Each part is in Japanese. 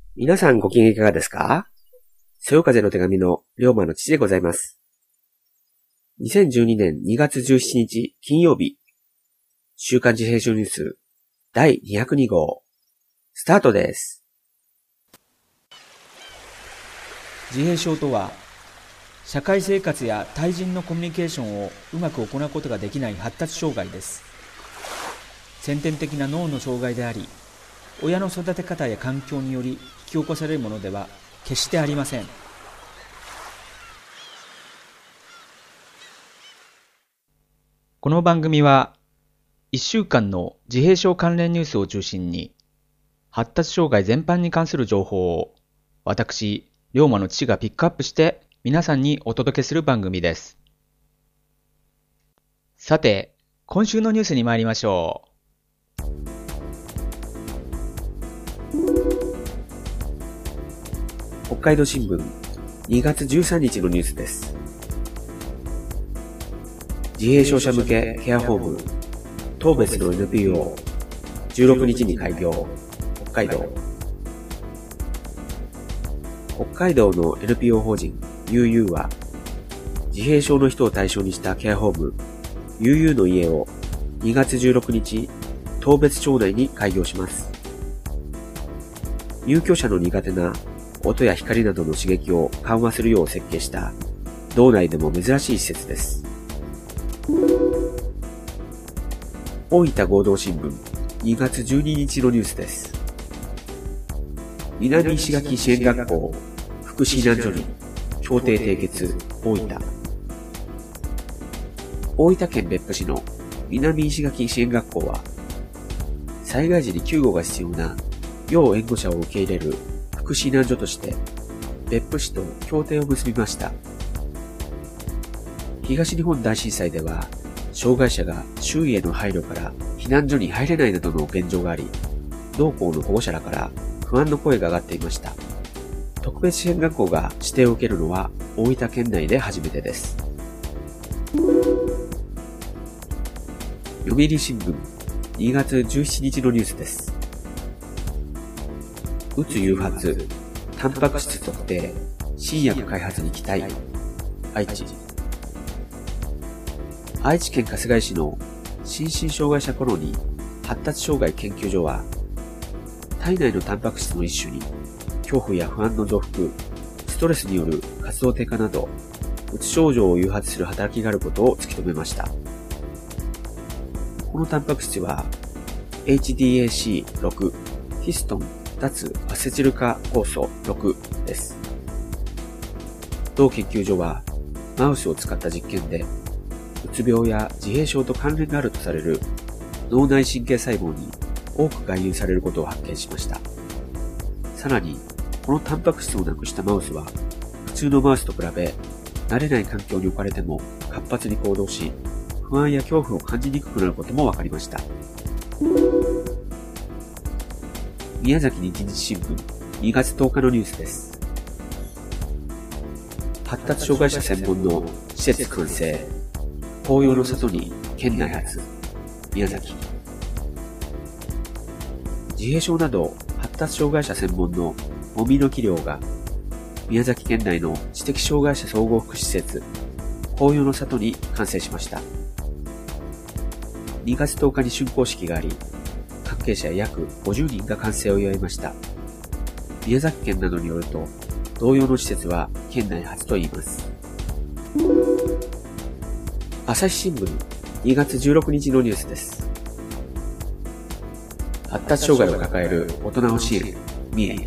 皆さんご機嫌いかがですか？そよ風の手紙の龍馬の父でございます。2012年2月17日金曜日、週刊自閉症ニュース第202号、スタートです。 自閉症とは、社会生活や対人のコミュニケーションをうまく行うことができない発達障害です。先天的な脳の障害であり、親の育て方や環境により引き起こされるものでは決してありません。この番組は1週間の自閉症関連ニュースを中心に発達障害全般に関する情報を私、龍馬の父がピックアップして皆さんにお届けする番組です。さて、今週のニュースに参りましょう。 北海道新聞2月13日のニュースです。自閉症者向けケアホーム当別の NPO 16日に開業。北海道の NPO 法人 UU は自閉症の人を対象にしたケアホーム UU の家を2月16日当別町内に開業します。入居者の苦手な音や光などの刺激を緩和するよう設計した道内でも珍しい施設です。大分合同新聞2月12日のニュースです。南石垣支援学校福祉避難所に協定締結。大分県別府市の南石垣支援学校は災害時に救護が必要な要援護者を受け入れる福祉避難所として別府市と協定を結びました。東日本大震災では障害者が周囲への配慮から避難所に入れないなどの現状があり、同校の保護者らから不安の声が上がっていました。特別支援学校が指定を受けるのは大分県内で初めてです。読売新聞2月17日のニュースです。うつ誘発、タンパク質特定、新薬開発に期待。愛知県春日井市の心身障害者コロニー発達障害研究所は、体内のタンパク質の一種に恐怖や不安の増幅、ストレスによる活動低下など、うつ症状を誘発する働きがあることを突き止めました。このタンパク質は HDAC6 ヒストン脱アセチル化酵素6です。同研究所はマウスを使った実験でうつ病や自閉症と関連があるとされる脳内神経細胞に多く含有されることを発見しました。さらにこのタンパク質をなくしたマウスは普通のマウスと比べ慣れない環境に置かれても活発に行動し、不安や恐怖を感じにくくなることも分かりました。宮崎日日新聞2月10日のニュースです。発達障害者専門の施設完成。紅葉の里に県内初。宮崎。自閉症など発達障害者専門のもみの木寮が宮崎県内の知的障害者総合福祉施設紅葉の里に完成しました。2月10日に竣工式があり、関係者約50人が完成を祝いました。宮崎県などによると、同様の施設は県内初と言います。朝日新聞2月16日のニュースです。発達障害を抱える大人を支援、三重。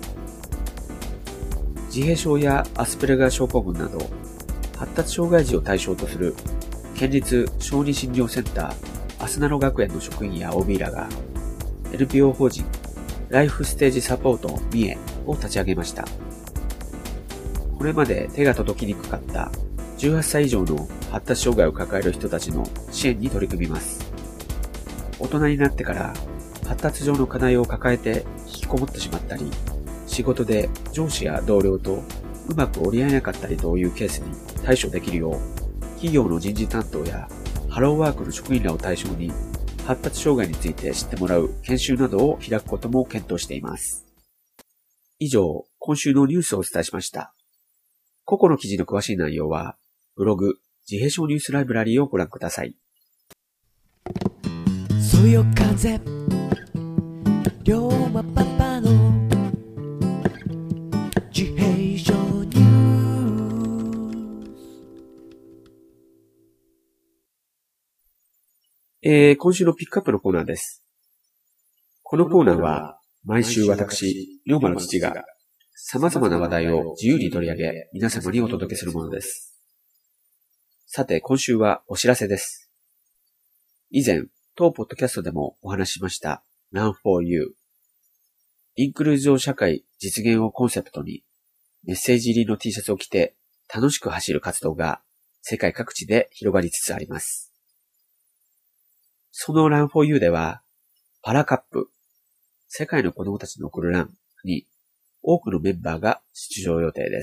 自閉症やアスペルガー症候群など、発達障害児を対象とする県立小児診療センターアスナロ学園の職員や OB らが NPO 法人ライフステージサポート三重を立ち上げました。これまで手が届きにくかった18歳以上の発達障害を抱える人たちの支援に取り組みます。大人になってから発達上の課題を抱えて引きこもってしまったり、仕事で上司や同僚とうまく折り合えなかったりというケースに対処できるよう、企業の人事担当やハローワークの職員らを対象に発達障害について知ってもらう研修などを開くことも検討しています。 以上、今週のニュースをお伝えしました。個々の記事の詳しい内容は、ブログ、自閉症ニュースライブラリーをご覧ください。 そよ風、龍馬パパの自閉症ニュース。今週のピックアップのコーナーです。このコーナーは、毎週私、龍馬の父が、様々な話題を自由に取り上げ、皆様にお届けするものです。さて、今週はお知らせです。以前、当ポッドキャストでもお話ししました Run for You。インクルージョン社会実現をコンセプトに、メッセージ入りの T シャツを着て楽しく走る活動が世界各地で広がりつつあります。その Run for You では、パラカップ、世界の子供たちの送るランに多くのメンバーが出場予定です。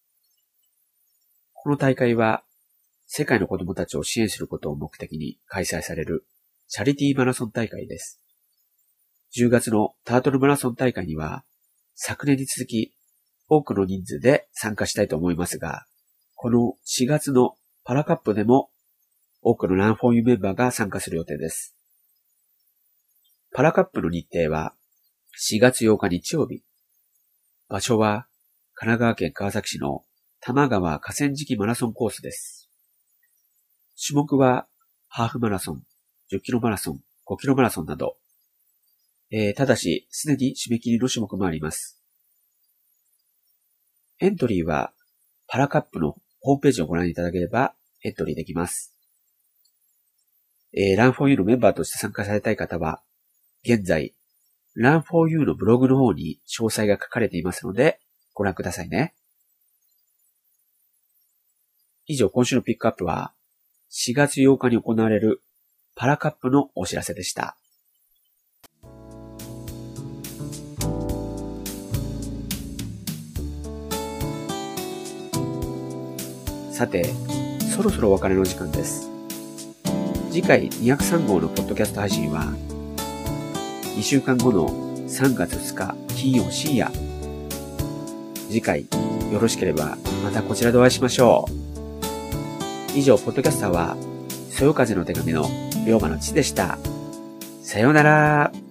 この大会は、世界の子供たちを支援することを目的に開催されるチャリティーマラソン大会です。10月のタートルマラソン大会には、昨年に続き多くの人数で参加したいと思いますが、この4月のパラカップでも多くのランフォーユーメンバーが参加する予定です。パラカップの日程は4月8日日曜日。場所は神奈川県川崎市の多摩川河川敷マラソンコースです。種目はハーフマラソン、10キロマラソン、5キロマラソンなど、ただしすでに締め切りの種目もあります。エントリーはパラカップのホームページをご覧いただければエントリーできます。Run for You のメンバーとして参加されたい方は、現在、Run for You のブログの方に詳細が書かれていますので、ご覧くださいね。以上、今週のピックアップは、4月8日に行われるパラカップのお知らせでした。さて、そろそろお別れの時間です。次回203号のポッドキャスト配信は、2週間後の3月2日金曜深夜。次回よろしければまたこちらでお会いしましょう。以上、ポッドキャスターはそよ風の手紙の龍馬の父でした。さようなら。